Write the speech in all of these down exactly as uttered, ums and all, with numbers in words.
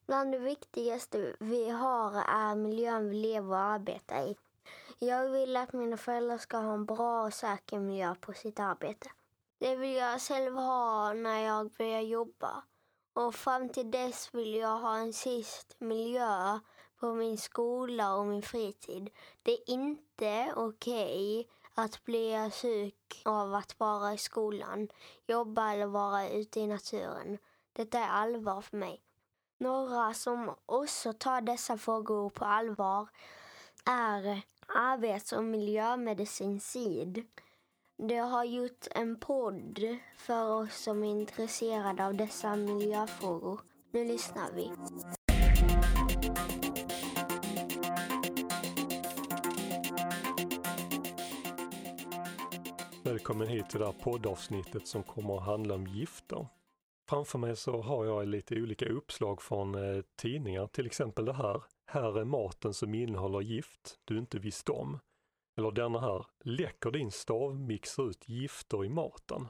Bland det viktigaste vi har är miljön vi lever och arbetar i. Jag vill att mina föräldrar ska ha en bra och säker miljö på sitt arbete. Det vill jag själv ha när jag börjar jobba. Och fram till dess vill jag ha en sist miljö på min skola och min fritid. Det är inte okej att bli sjuk av att vara i skolan, jobba eller vara ute i naturen. Det är allvar för mig. Några som också tar dessa frågor på allvar är arbets- och miljömedicinsid. De har gjort en podd för oss som är intresserade av dessa miljöfrågor. Nu lyssnar vi. Välkommen hit till det här poddavsnittet som kommer att handla om gifter. Framför mig så har jag lite olika uppslag från eh, tidningar. Till exempel det här. Här är maten som innehåller gift du inte visste om. Eller denna här. Läcker din stavmixer ut gifter i maten?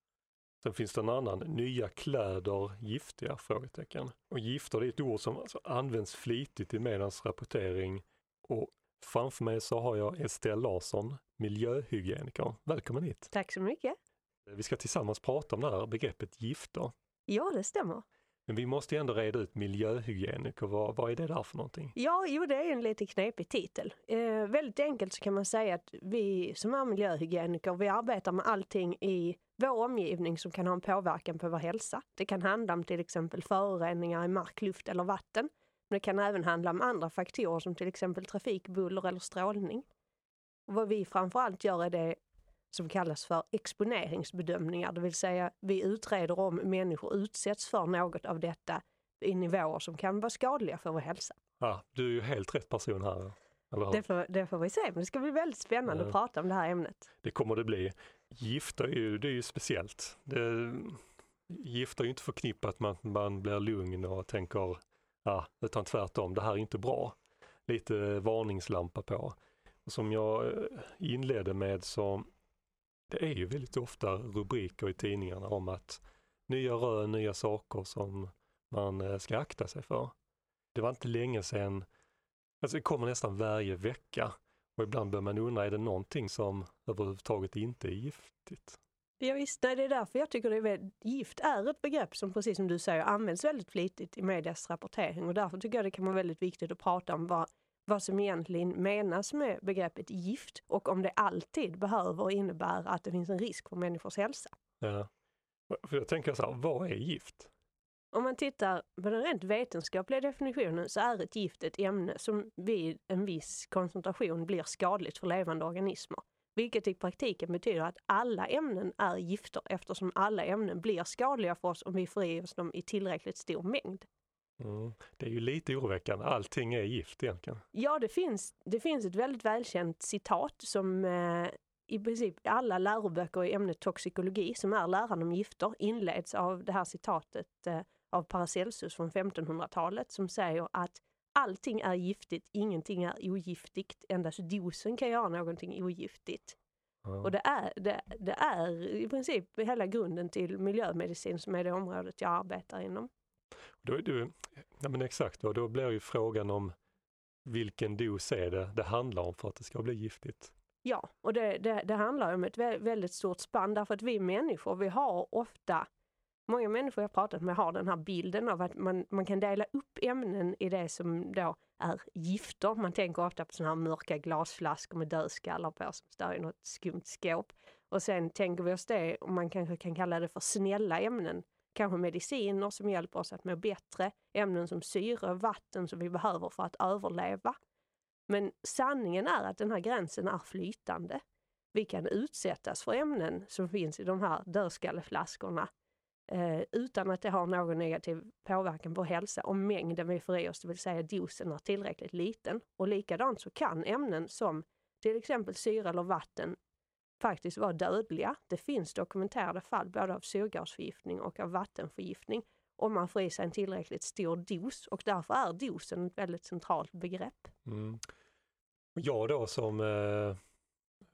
Sen finns det en annan. Nya kläder giftiga? Frågetecken. Och gifter det är ett ord som alltså används flitigt i medias rapportering. Och framför mig så har jag Estelle Larsson, miljöhygieniker. Välkommen hit. Tack så mycket. Vi ska tillsammans prata om det här begreppet gifter. Ja, det stämmer. Men vi måste ju ändå reda ut miljöhygieniker. Vad, vad är det där för någonting? Ja, jo, det är en lite knepig titel. Eh, väldigt enkelt så kan man säga att vi som är miljöhygieniker, vi arbetar med allting i vår omgivning som kan ha en påverkan på vår hälsa. Det kan handla om till exempel föroreningar i mark, luft eller vatten. Men det kan även handla om andra faktorer som till exempel trafik, buller eller strålning. Och vad vi framförallt gör är det som kallas för exponeringsbedömningar. Det vill säga vi utreder om människor utsätts för något av detta i nivåer som kan vara skadliga för vår hälsa. Ja, du är ju helt rätt person här. Eller hur? Det får, det får vi se, men det ska bli väldigt spännande ja. att prata om det här ämnet. Det kommer det bli. Gifter är ju, det är ju speciellt. Det, gifter är ju inte förknippat med att man blir lugn och tänker, ja, utan tvärtom, det här är inte bra. Lite varningslampa på. Som jag inledde med så det är ju väldigt ofta rubriker i tidningarna om att nya rön, nya saker som man ska akta sig för. Det var inte länge sedan, alltså det kommer nästan varje vecka och ibland bör man undra, är det någonting som överhuvudtaget inte är giftigt? Ja visst, nej, det är därför jag tycker det är gift är ett begrepp som precis som du säger används väldigt flitigt i medias rapportering och därför tycker jag det kan vara väldigt viktigt att prata om vad vad som egentligen menas med begreppet gift och om det alltid behöver och innebär att det finns en risk för människors hälsa. Ja, för jag tänker så här, vad är gift? Om man tittar på den rent vetenskapliga definitionen så är ett gift ett ämne som vid en viss koncentration blir skadligt för levande organismer. Vilket i praktiken betyder att alla ämnen är gifter eftersom alla ämnen blir skadliga för oss om vi får i oss dem i tillräckligt stor mängd. Mm. Det är ju lite oroväckande. Allting är gift egentligen. Ja, det finns, det finns ett väldigt välkänt citat som eh, i princip alla läroböcker i ämnet toxikologi som är läran om gifter inleds av det här citatet eh, av Paracelsus från femtonhundratalet som säger att allting är giftigt, ingenting är ogiftigt, endast dosen kan göra någonting ogiftigt. Mm. Och det är, det, det är i princip hela grunden till miljömedicin som är det området jag arbetar inom. Då, du, ja men exakt, och då blir ju frågan om vilken dos är det det handlar om för att det ska bli giftigt. Ja, och det, det, det handlar om ett väldigt stort spann därför att vi människor, vi har ofta, många människor jag pratat med har den här bilden av att man, man kan dela upp ämnen i det som då är gifter. Man tänker ofta på sådana här mörka glasflaskor med dödskallar på som står i något skumt skåp. Och sen tänker vi oss det, och man kanske kan kalla det för snälla ämnen. Kanske mediciner som hjälper oss att må bättre, ämnen som syre, vatten som vi behöver för att överleva. Men sanningen är att den här gränsen är flytande. Vi kan utsättas för ämnen som finns i de här dödskalleflaskorna eh, utan att det har någon negativ påverkan på hälsa om mängden vi får i oss, det vill säga dosen är tillräckligt liten. Och likadant så kan ämnen som till exempel syre eller vatten faktiskt vara dödliga. Det finns dokumenterade fall både av syrgasförgiftning och av vattenförgiftning om man får i sig en tillräckligt stor dos och därför är dosen ett väldigt centralt begrepp. Mm. Jag då som eh,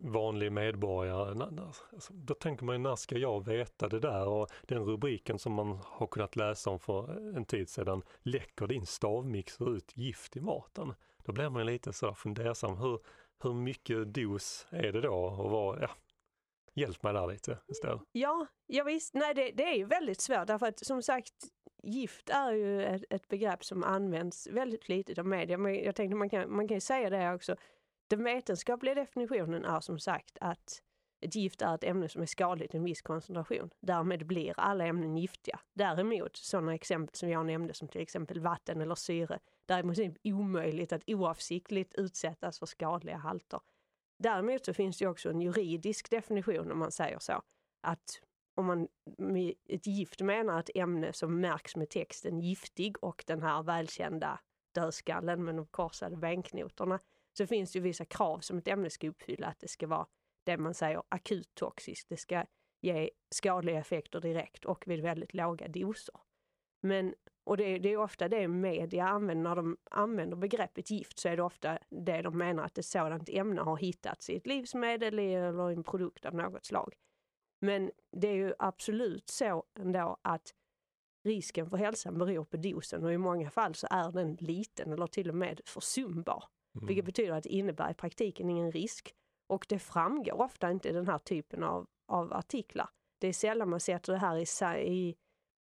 vanlig medborgare, när, när, alltså, då tänker man ju, när ska jag veta det där? Och den rubriken som man har kunnat läsa om för en tid sedan, läcker din stavmixer ut gift i maten? Då blir man lite så fundersam, hur, hur mycket dos är det då? Och vad, ja, hjälp mig där lite istället. Ja, ja visst, nej det, det är ju väldigt svårt därför att som sagt, gift är ju ett, ett begrepp som används väldigt flitigt av media. Men jag tänkte man kan, man kan ju säga det också. Den vetenskapliga definitionen är som sagt att ett gift är ett ämne som är skadligt i en viss koncentration. Därmed blir alla ämnen giftiga. Däremot sådana exempel som jag nämnde som till exempel vatten eller syre, där är det omöjligt att oavsiktligt utsättas för skadliga halter. Däremot så finns det också en juridisk definition om man säger så. Att om man med ett gift menar ett ämne som märks med texten giftig och den här välkända dödskallen med de korsade benknotorna, så finns det ju vissa krav som ett ämne ska uppfylla. Att det ska vara det man säger akut toxiskt. Det ska ge skadliga effekter direkt och vid väldigt låga doser. Men, och det, det är ofta det media använder när de använder begreppet gift, så är det ofta det de menar att ett sådant ämne har hittats i ett livsmedel eller en produkt av något slag. Men det är ju absolut så ändå att risken för hälsan beror på dosen och i många fall så är den liten eller till och med försumbar. Mm. Vilket betyder att det innebär i praktiken ingen risk. Och det framgår ofta inte i den här typen av, av artiklar. Det är sällan man sätter det här i, i,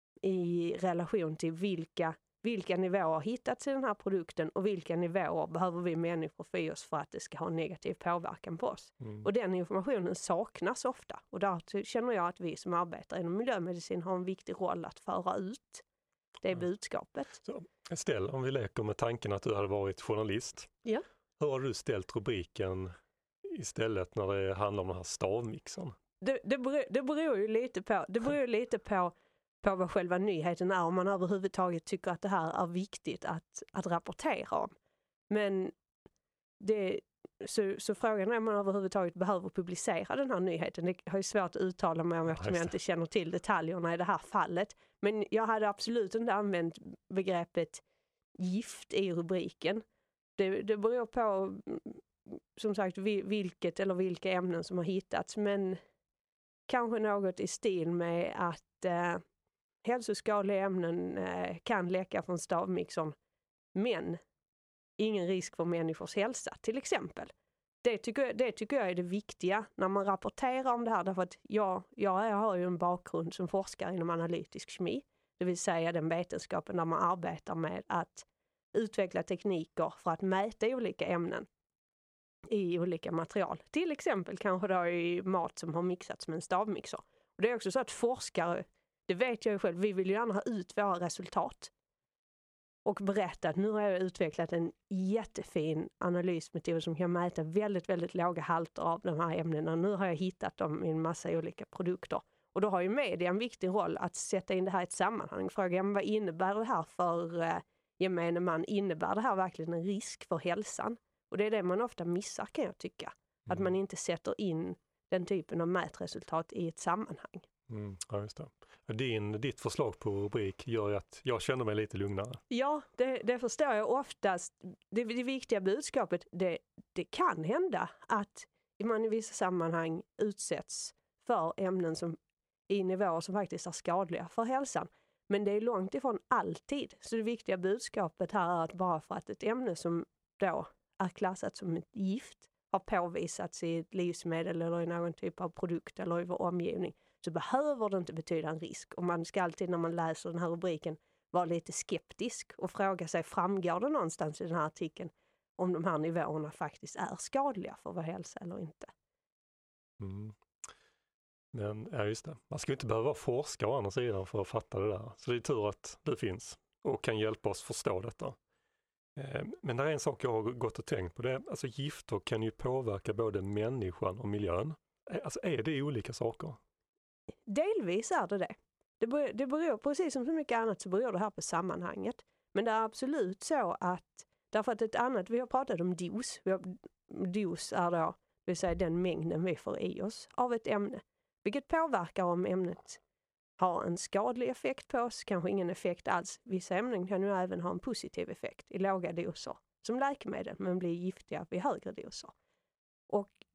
i relation till vilka, vilka nivåer har hittats i den här produkten och vilka nivåer behöver vi människor få i oss för att det ska ha en negativ påverkan på oss. Mm. Och den informationen saknas ofta. Och där känner jag att vi som arbetar inom miljömedicin har en viktig roll att föra ut det budskapet. Så, Estelle, om vi leker med tanken att du hade varit journalist. Ja. Hur har du ställt rubriken istället när det handlar om den här stavmixern? Det, det, beror, det beror ju lite på, det beror lite på, på vad själva nyheten är. Om man överhuvudtaget tycker att det här är viktigt att, att rapportera om. Men det, så, så frågan är om man överhuvudtaget behöver publicera den här nyheten. Det har ju svårt att uttala mig om eftersom jag inte känner till detaljerna i det här fallet. Men jag hade absolut inte använt begreppet gift i rubriken. Det, det beror på som sagt vilket eller vilka ämnen som har hittats, men kanske något i stil med att eh, hälsoskadliga ämnen eh, kan läcka från stavmixern, men ingen risk för människors hälsa till exempel. Det tycker, jag, det tycker jag är det viktiga när man rapporterar om det här, därför att jag, jag har ju en bakgrund som forskare inom analytisk kemi, det vill säga den vetenskapen där man arbetar med att utveckla tekniker för att mäta olika ämnen i olika material. Till exempel kanske då i mat som har mixats med en stavmixer. Och det är också så att forskare, det vet jag ju själv, vi vill ju gärna ha ut våra resultat och berätta att nu har jag utvecklat en jättefin analysmetod som kan mäta väldigt, väldigt låga halter av de här ämnena. Nu har jag hittat dem i en massa olika produkter. Och då har ju media en viktig roll att sätta in det här i ett sammanhang. Frågan, vad innebär det här för eh, gemene man? Innebär det här verkligen en risk för hälsan? Och det är det man ofta missar, kan jag tycka. Mm. Att man inte sätter in den typen av mätresultat i ett sammanhang. Mm, ja, just det. Din, ditt förslag på rubrik gör ju att jag känner mig lite lugnare. Ja, det, det förstår jag oftast. Det, det viktiga budskapet, det, det kan hända att man i vissa sammanhang utsätts för ämnen som i nivåer som faktiskt är skadliga för hälsan. Men det är långt ifrån alltid. Så det viktiga budskapet här är att bara för att ett ämne som då är klassat som ett gift har påvisats i ett livsmedel eller i någon typ av produkt eller i vår omgivning, så behöver det inte betyda en risk. Och man ska alltid när man läser den här rubriken vara lite skeptisk och fråga sig, framgår det någonstans i den här artikeln om de här nivåerna faktiskt är skadliga för vår hälsa eller inte? Mm. Men ja, just det. Man ska inte behöva vara forskare å andra sidan för att fatta det där. Så det är tur att du finns och kan hjälpa oss förstå detta. Men det är en sak jag har gått och tänkt på. Det är, alltså gifter kan ju påverka både människan och miljön. Alltså är det olika saker? Delvis är det det. Det beror, det beror precis som så mycket annat så beror det här på sammanhanget. Men det är absolut så att, därför att ett annat, vi har pratat om dos. Vi har, dos är då, det vill säga den mängden vi får i oss av ett ämne. Vilket påverkar om ämnet har en skadlig effekt på oss, kanske ingen effekt alls. Vissa ämnen kan ju även ha en positiv effekt i låga doser som läkemedel, men blir giftiga vid högre doser. Och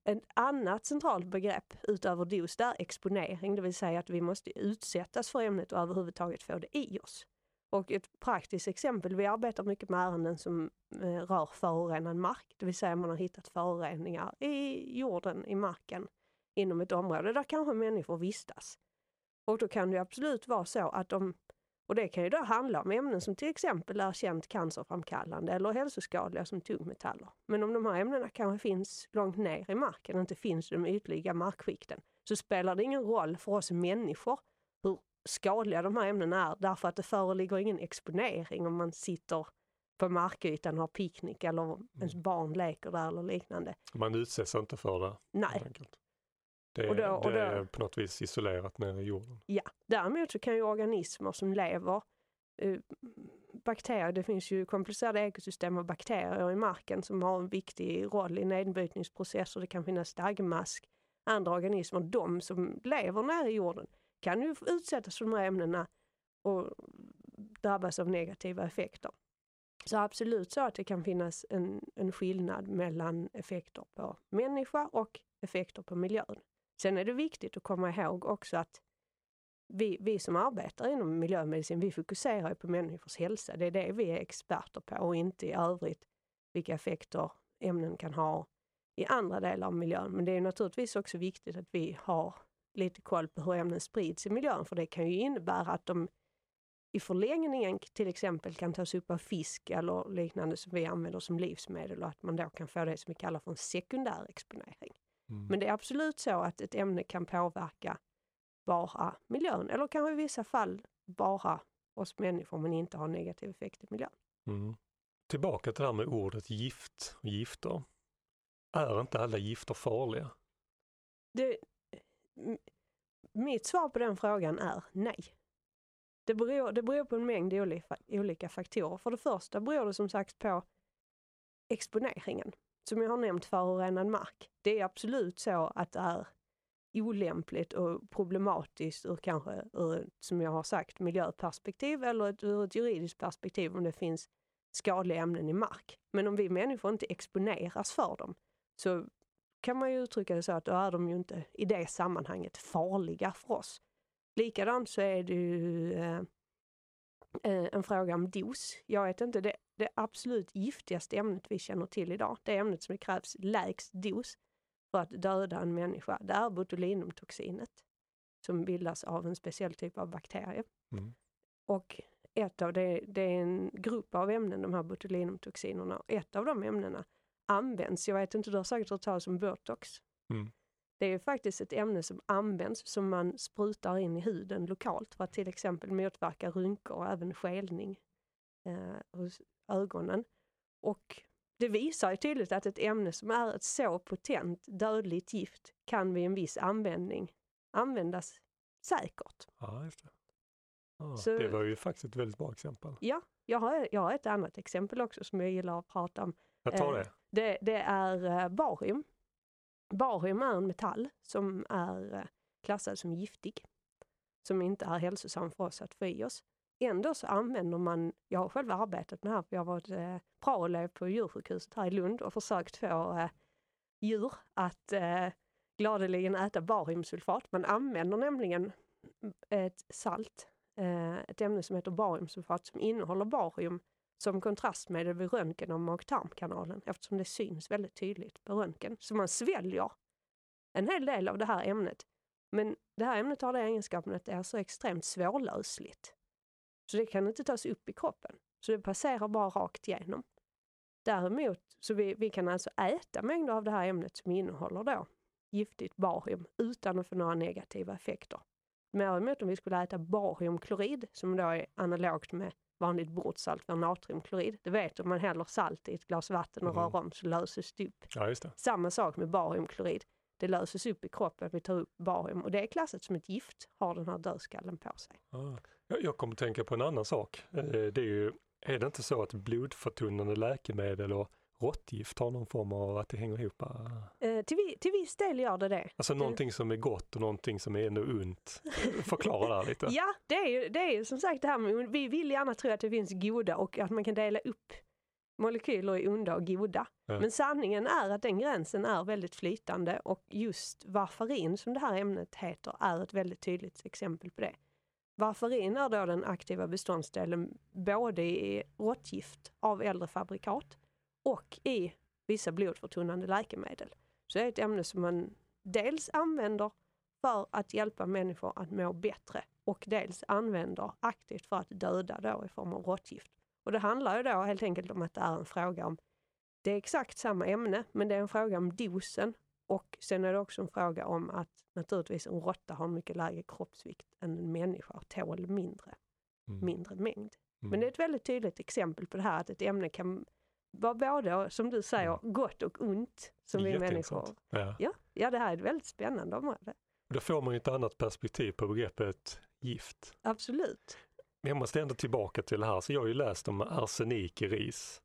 ett annat centralt begrepp utöver dos där exponering, det vill säga att vi måste utsättas för ämnet och överhuvudtaget få det i oss. Och ett praktiskt exempel, vi arbetar mycket med ärenden som eh, rör förorenad mark, det vill säga man har hittat föroreningar i jorden, i marken, inom ett område där kanske människor vistas. Och då kan det absolut vara så att de, och det kan ju då handla om ämnen som till exempel är känt cancerframkallande eller hälsoskadliga som tungmetaller. Men om de här ämnena kanske finns långt ner i marken och inte finns i de ytliga markskikten, så spelar det ingen roll för oss människor hur skadliga de här ämnena är, därför att det föreligger ingen exponering om man sitter på markytan och har picknick eller mm. ens barn leker där eller liknande. Man utsätts inte för det. Nej. Det, och då, och det då, är på något vis isolerat nere i jorden. Ja, däremot så kan ju organismer som lever, eh, bakterier, det finns ju komplicerade ekosystem av bakterier i marken som har en viktig roll i nedbrytningsprocesser. Det kan finnas daggmask, andra organismer, de som lever nere i jorden kan ju utsättas för de här ämnena och drabbas av negativa effekter. Så absolut så att det kan finnas en, en skillnad mellan effekter på människa och effekter på miljön. Sen är det viktigt att komma ihåg också att vi, vi som arbetar inom miljömedicin, vi fokuserar på människors hälsa. Det är det vi är experter på och inte i övrigt vilka effekter ämnen kan ha i andra delar av miljön. Men det är naturligtvis också viktigt att vi har lite koll på hur ämnen sprids i miljön, för det kan ju innebära att de i förlängningen till exempel kan tas upp av fisk eller liknande som vi använder som livsmedel, och att man då kan få det som vi kallar för en sekundär exponering. Mm. Men det är absolut så att ett ämne kan påverka bara miljön, eller kanske i vissa fall bara oss människor, men inte ha negativ effekt i miljön. Mm. Tillbaka till det här med ordet gift och gifter. Är inte alla gifter farliga? Det, m- mitt svar på den frågan är nej. Det beror, det beror på en mängd olika, olika faktorer. För det första beror det som sagt på exponeringen. Som jag har nämnt, förorenad mark. Det är absolut så att det är olämpligt och problematiskt ur kanske, ur, som jag har sagt, miljöperspektiv eller ett, ur ett juridiskt perspektiv om det finns skadliga ämnen i mark. Men om vi människor inte exponeras för dem, så kan man ju uttrycka det så att då är de ju inte i det sammanhanget farliga för oss. Likadant så är det ju eh, en fråga om dos. Jag vet inte, det, det absolut giftigaste ämnet vi känner till idag, det ämnet som det krävs lägst dos för att döda en människa, det är botulinumtoxinet som bildas av en speciell typ av bakterie. Mm. Och ett av det, det är en grupp av ämnen, de här botulinumtoxinerna. Ett av de ämnena används, jag vet inte, du har säkert hört talas om Botox. Mm. Det är ju faktiskt ett ämne som används som man sprutar in i huden lokalt för att till exempel motverka rynkor och även skelning eh, hos ögonen. Och det visar ju tydligt att ett ämne som är ett så potent dödligt gift kan vid en viss användning användas säkert. Ja, just det. Ah, så, det var ju faktiskt ett väldigt bra exempel. Ja, jag har, jag har ett annat exempel också som jag gillar att prata om. Jag tar det. Eh, det, det är eh, barium. Barium är en metall som är eh, klassad som giftig. Som inte är hälsosam för oss att få i oss. Ändå så använder man, jag har själv arbetat med det här, för jag har varit eh, praoelev på djursjukhuset här i Lund och försökt få eh, djur att eh, gladeligen äta bariumsulfat. Man använder nämligen ett salt, eh, ett ämne som heter bariumsulfat som innehåller barium som kontrastmedel vid röntgen av mag-tarmkanalen, eftersom det syns väldigt tydligt på röntgen. Så man sväljer en hel del av det här ämnet. Men det här ämnet har det egenskapen att det är så extremt svårlösligt. Så det kan inte tas upp i kroppen. Så det passerar bara rakt igenom. Däremot, så vi, vi kan alltså äta mängder av det här ämnet som innehåller då giftigt barium utan att få några negativa effekter. Däremot om vi skulle äta bariumklorid, som då är analogt med vanligt bordsalt för natriumklorid. Det vet om man häller salt i ett glas vatten och mm. rör om så löses det upp. Ja, just det. Samma sak med bariumklorid. Det löses upp i kroppen, vi tar upp barium. Och det är klassat som ett gift, har den här dödskallen på sig. Ah. Jag kommer att tänka på en annan sak. Det är ju, är det inte så att blodförtunnande läkemedel och råttgift har någon form av att det hänger ihop? Eh, till, vi, till viss del gör det det. Alltså någonting som är gott och någonting som är ännu ont. Förklara det lite. Ja, det är ju det är ju som sagt det här med, vi vill gärna tro att det finns goda och att man kan dela upp molekyler är onda och goda. Ja. Men sanningen är att den gränsen är väldigt flytande och just varfarin som det här ämnet heter är ett väldigt tydligt exempel på det. Varfarin är då den aktiva beståndsdelen både i råttgift av äldre fabrikat och i vissa blodförtunnande läkemedel. Så det är ett ämne som man dels använder för att hjälpa människor att må bättre och dels använder aktivt för att döda då i form av råttgift. Och det handlar ju då helt enkelt om att det är en fråga om, det är exakt samma ämne men det är en fråga om dosen och sen är det också en fråga om att naturligtvis en råtta har mycket lägre kroppsvikt än en människa och tål mindre, Mm. mindre mängd. Mm. Men det är ett väldigt tydligt exempel på det här att ett ämne kan vara både, som du säger, gott och ont som vi människor. Jätteintressant. Ja. Ja, ja, det här är ett väldigt spännande område. Då får man ju ett annat perspektiv på begreppet gift. Absolut. Men jag måste ändå tillbaka till det här. Så jag har ju läst om arsenik i ris,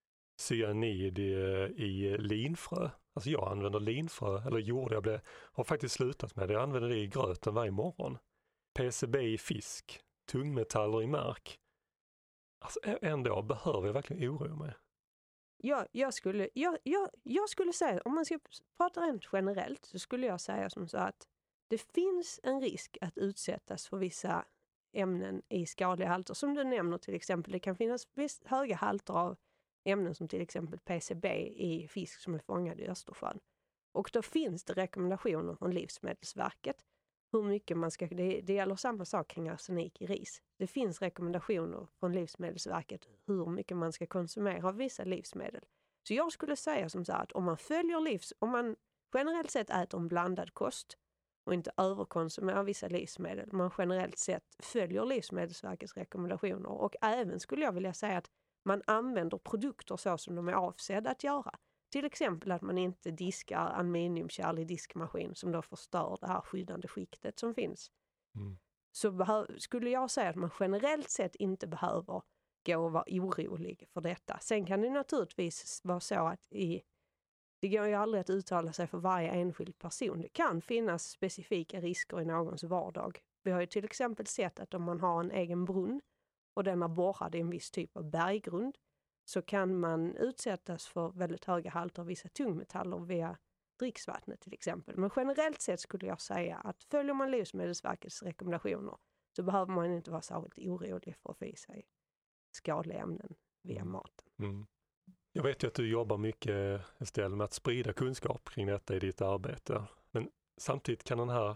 cyanid i, i linfrö. Alltså jag använder linfrö, eller gjorde jag, blev, har faktiskt slutat med det. Jag använder det i gröten varje morgon. P C B i fisk, tungmetaller i mark. Alltså ändå behöver jag verkligen oroa mig. Jag, jag, skulle, jag, jag, jag skulle säga, om man ska prata rent generellt så skulle jag säga som så att det finns en risk att utsättas för vissa ämnen i skadliga halter. Som du nämner till exempel, det kan finnas visst höga halter av ämnen som till exempel P C B i fisk som är fångad i Östersjön. Och då finns det rekommendationer från Livsmedelsverket hur mycket man ska, det, det gäller samma sak kring arsenik i ris. Det finns rekommendationer från Livsmedelsverket hur mycket man ska konsumera av vissa livsmedel. Så jag skulle säga som så att om man följer livs, om man generellt sett äter en blandad kost och inte överkonsumerar vissa livsmedel, man generellt sett följer Livsmedelsverkets rekommendationer och även skulle jag vilja säga att man använder produkter så som de är avsedda att göra. Till exempel att man inte diskar aluminiumkärl i diskmaskin som då förstör det här skyddande skiktet som finns. Mm. Så behö- skulle jag säga att man generellt sett inte behöver gå och vara orolig för detta. Sen kan det naturligtvis vara så att i, det går ju aldrig att uttala sig för varje enskild person. Det kan finnas specifika risker i någons vardag. Vi har ju till exempel sett att om man har en egen brunn och den är borrad i en viss typ av berggrund så kan man utsättas för väldigt höga halter av vissa tungmetaller via dricksvattnet till exempel. Men generellt sett skulle jag säga att följer man Livsmedelsverkets rekommendationer så behöver man inte vara särskilt orolig för att få i sig skadliga ämnen via maten. Mm. Jag vet ju att du jobbar mycket, Estelle, med att sprida kunskap kring detta i ditt arbete. Men samtidigt kan den här,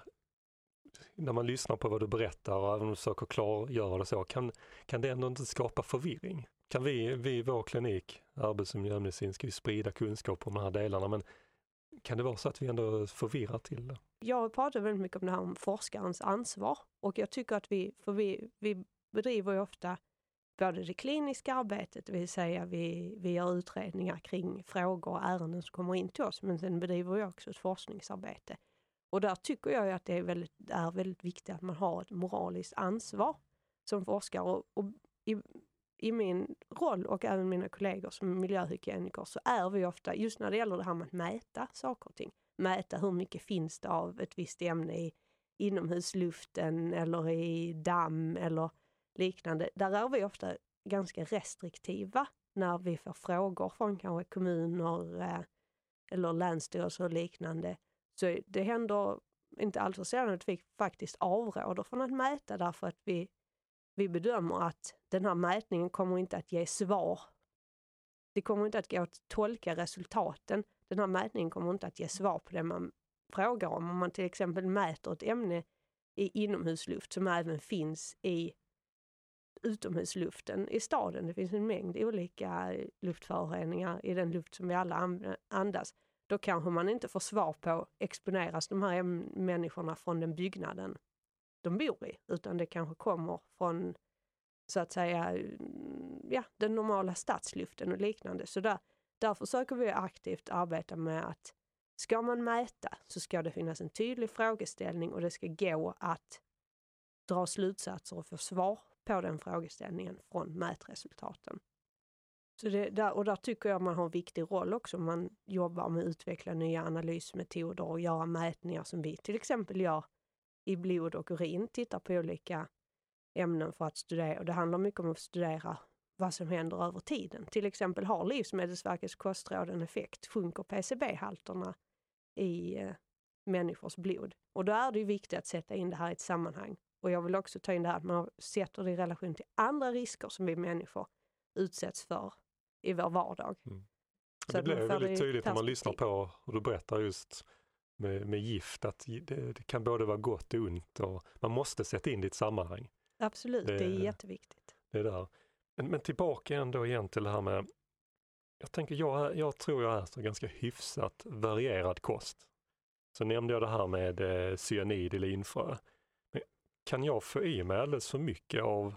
när man lyssnar på vad du berättar och även om du försöker klargöra det så, kan, kan det ändå inte skapa förvirring? Kan vi, vi i vår klinik, arbets- och miljömedicin, ska ju sprida kunskap om de här delarna, men kan det vara så att vi ändå förvirrar till det? Jag pratar väldigt mycket om det här om forskarens ansvar och jag tycker att vi, för vi, vi bedriver ju ofta både det kliniska arbetet, det vill säga vi, vi gör utredningar kring frågor och ärenden som kommer in till oss, men sen bedriver vi också ett forskningsarbete. Och där tycker jag att det är väldigt, är väldigt viktigt att man har ett moraliskt ansvar som forskare. Och, och i, i min roll och även mina kollegor som miljöhygieniker så är vi ofta, just när det gäller det här med att mäta saker och ting, mäta hur mycket finns det av ett visst ämne i inomhusluften eller i damm eller liknande. Där är vi ofta ganska restriktiva när vi får frågor från kanske kommuner eh, eller länsstyrelser och liknande. Så det händer inte alls så sällan att vi faktiskt avråder från att mäta därför att vi, vi bedömer att den här mätningen kommer inte att ge svar. Det kommer inte att gå att tolka resultaten. Den här mätningen kommer inte att ge svar på det man frågar om. Om man till exempel mäter ett ämne i inomhusluft som även finns i utomhusluften i staden. Det finns en mängd olika luftföroreningar i den luft som vi alla andas. Då kanske man inte får svar på exponeras de här människorna från den byggnaden de bor i. Utan det kanske kommer från så att säga ja, den normala stadsluften och liknande. Så där, där försöker vi aktivt arbeta med att ska man mäta så ska det finnas en tydlig frågeställning och det ska gå att dra slutsatser och få svar på den frågeställningen från mätresultaten. Så det, där, och där tycker jag man har en viktig roll också. Man jobbar med att utveckla nya analysmetoder och göra mätningar som vi till exempel gör i blod och urin. Tittar på olika ämnen för att studera. Och det handlar mycket om att studera vad som händer över tiden. Till exempel har Livsmedelsverkets kostråd en effekt, sjunker P C B-halterna i eh, människors blod. Och då är det ju viktigt att sätta in det här i ett sammanhang. Och jag vill också ta in det här att man sätter det i relation till andra risker som vi människor utsätts för i vår vardag. Mm. Så det blir väldigt tydligt när man perspektiv. lyssnar på och du berättar just med, med gift att det, det kan både vara gott och ont och man måste sätta in det i ett sammanhang. Absolut, det, det är jätteviktigt. Det är där. Men, men tillbaka ändå igen till det här med, jag tänker jag, jag tror jag äter ganska hyfsat varierad kost. Så nämnde jag det här med eh, cyanid i linfrö. Men kan jag få i mig alldeles för mycket av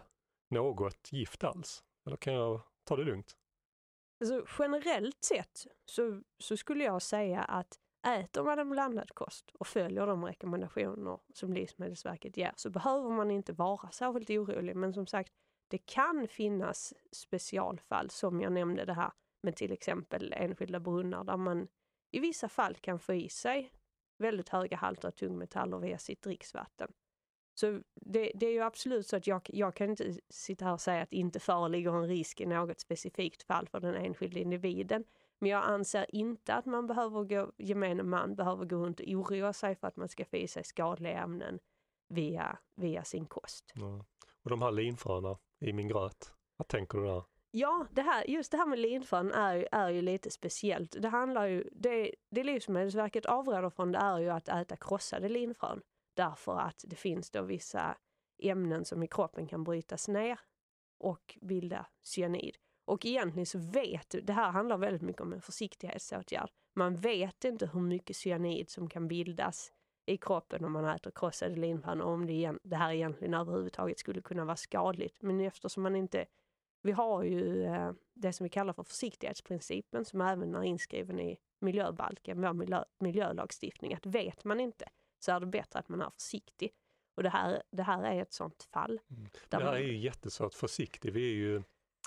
något gift alls? Eller kan jag ta det lugnt? Alltså, generellt sett så, så skulle jag säga att äter man en blandad kost och följer de rekommendationer som Livsmedelsverket ger så behöver man inte vara särskilt orolig. Men som sagt, det kan finnas specialfall som jag nämnde det här med till exempel enskilda brunnar där man i vissa fall kan få i sig väldigt höga halter av tungmetaller via sitt dricksvatten. Så det, det är ju absolut så att jag, jag kan inte sitta här och säga att det inte föreligger en risk i något specifikt fall för den enskilda individen. Men jag anser inte att man behöver gå, gemene man behöver gå runt och oroa sig för att man ska få i sig skadliga ämnen via, via sin kost. Ja. Och de här linfröna i min gröt, vad tänker du där? Ja, det här, just det här med linfrön är ju, är ju lite speciellt. Det handlar ju, det, det Livsmedelsverket avråder från det är ju att äta krossade linfrön. Därför att det finns då vissa ämnen som i kroppen kan brytas ner och bilda cyanid. Och egentligen så vet, det här handlar väldigt mycket om en försiktighetsåtgärd. Man vet inte hur mycket cyanid som kan bildas i kroppen om man äter krossade linfrön och om det, det här egentligen överhuvudtaget skulle kunna vara skadligt. Men eftersom man inte, vi har ju eh, det som vi kallar för försiktighetsprincipen som även är inskriven i miljöbalken, vår miljö, miljölagstiftning, att vet man inte så är det bättre att man är försiktig. Och det här, det här är ett sånt fall. Mm. Det här man, är ju jättesvårt försiktig. Vi är ju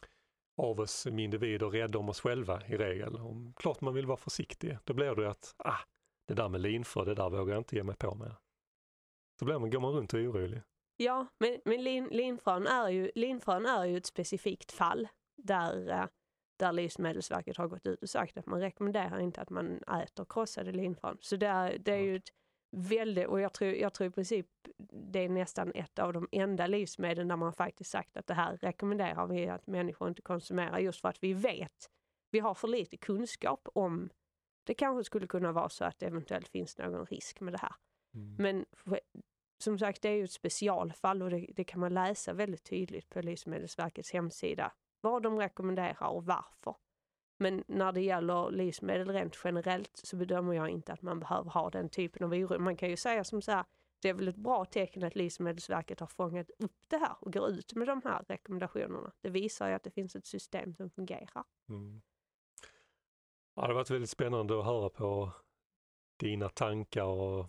av oss som individer rädda om oss själva i regel. Om klart man vill vara försiktig, då blir det att ah, det där med linfrö, det där vågar jag inte ge mig på med. Så blir man, går man runt och är orolig. Ja, men, men lin, linfrön, är ju, linfrön är ju ett specifikt fall där, där Livsmedelsverket har gått ut och sagt att man rekommenderar inte att man äter krossade linfrön. Så det är, det är ju ett väldigt, och jag tror, jag tror i princip det är nästan ett av de enda livsmedel där man faktiskt sagt att det här rekommenderar vi att människor inte konsumerar just för att vi vet, vi har för lite kunskap om det kanske skulle kunna vara så att det eventuellt finns någon risk med det här. Mm. Men som sagt, det är ju ett specialfall och det, det kan man läsa väldigt tydligt på Livsmedelsverkets hemsida vad de rekommenderar och varför. Men när det gäller livsmedel rent generellt så bedömer jag inte att man behöver ha den typen av oro. Man kan ju säga som så här, det är väl ett bra tecken att Livsmedelsverket har fångat upp det här och går ut med de här rekommendationerna. Det visar ju att det finns ett system som fungerar. Mm. Ja, det har varit väldigt spännande att höra på dina tankar och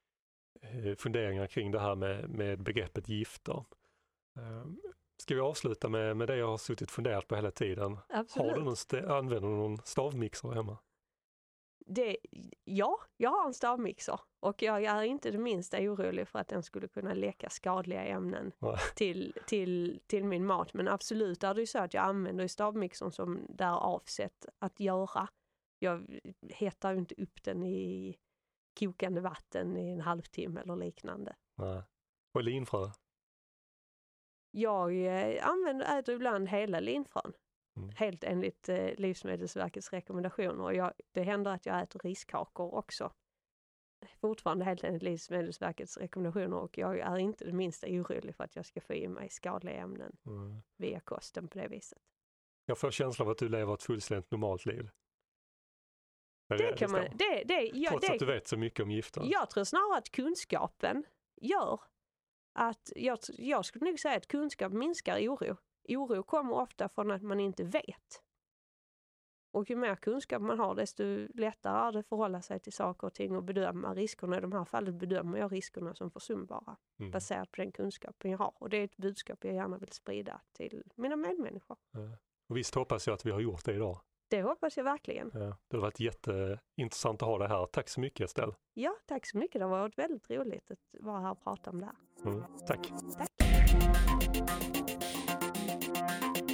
eh, funderingar kring det här med, med begreppet gifter. Eh, Ska vi avsluta med, med det jag har suttit funderat på hela tiden? Absolut. Har du någon st- använder du någon stavmixer hemma? Det, ja, jag har en stavmixer och jag är inte det minsta orolig för att den skulle kunna läcka skadliga ämnen till, till, till min mat. Men absolut är det ju så att jag använder stavmixern som det är avsett att göra. Jag hettar ju inte upp den i kokande vatten i en halvtimme eller liknande. Nej. Och linfrö? Jag eh, använder, äter ibland hela linfrön. Mm. Helt enligt eh, Livsmedelsverkets rekommendationer. Och jag, det händer att jag äter riskakor också. Fortfarande helt enligt Livsmedelsverkets rekommendationer. Och jag är inte det minsta orolig för att jag ska få i mig skadliga ämnen mm. via kosten på det viset. Jag får känslan av att du lever ett fullständigt normalt liv. Det, det kan man, det, det, ja, Trots det, att du vet så mycket om gifter. Jag tror snarare att kunskapen gör att jag, jag skulle nog säga att kunskap minskar oro. Oro kommer ofta från att man inte vet. Och ju mer kunskap man har, desto lättare är det att förhålla sig till saker och ting och bedöma riskerna. I de här fallet bedömer jag riskerna som försumbara. Mm. Baserat på den kunskapen jag har. Och det är ett budskap jag gärna vill sprida till mina medmänniskor. Ja. Och visst hoppas jag att vi har gjort det idag. Det hoppas jag verkligen. Ja, det har varit jätteintressant att ha det här. Tack så mycket, Estelle. Ja, tack så mycket. Det har varit väldigt roligt att vara här och prata om det här. Mm, tack. Tack.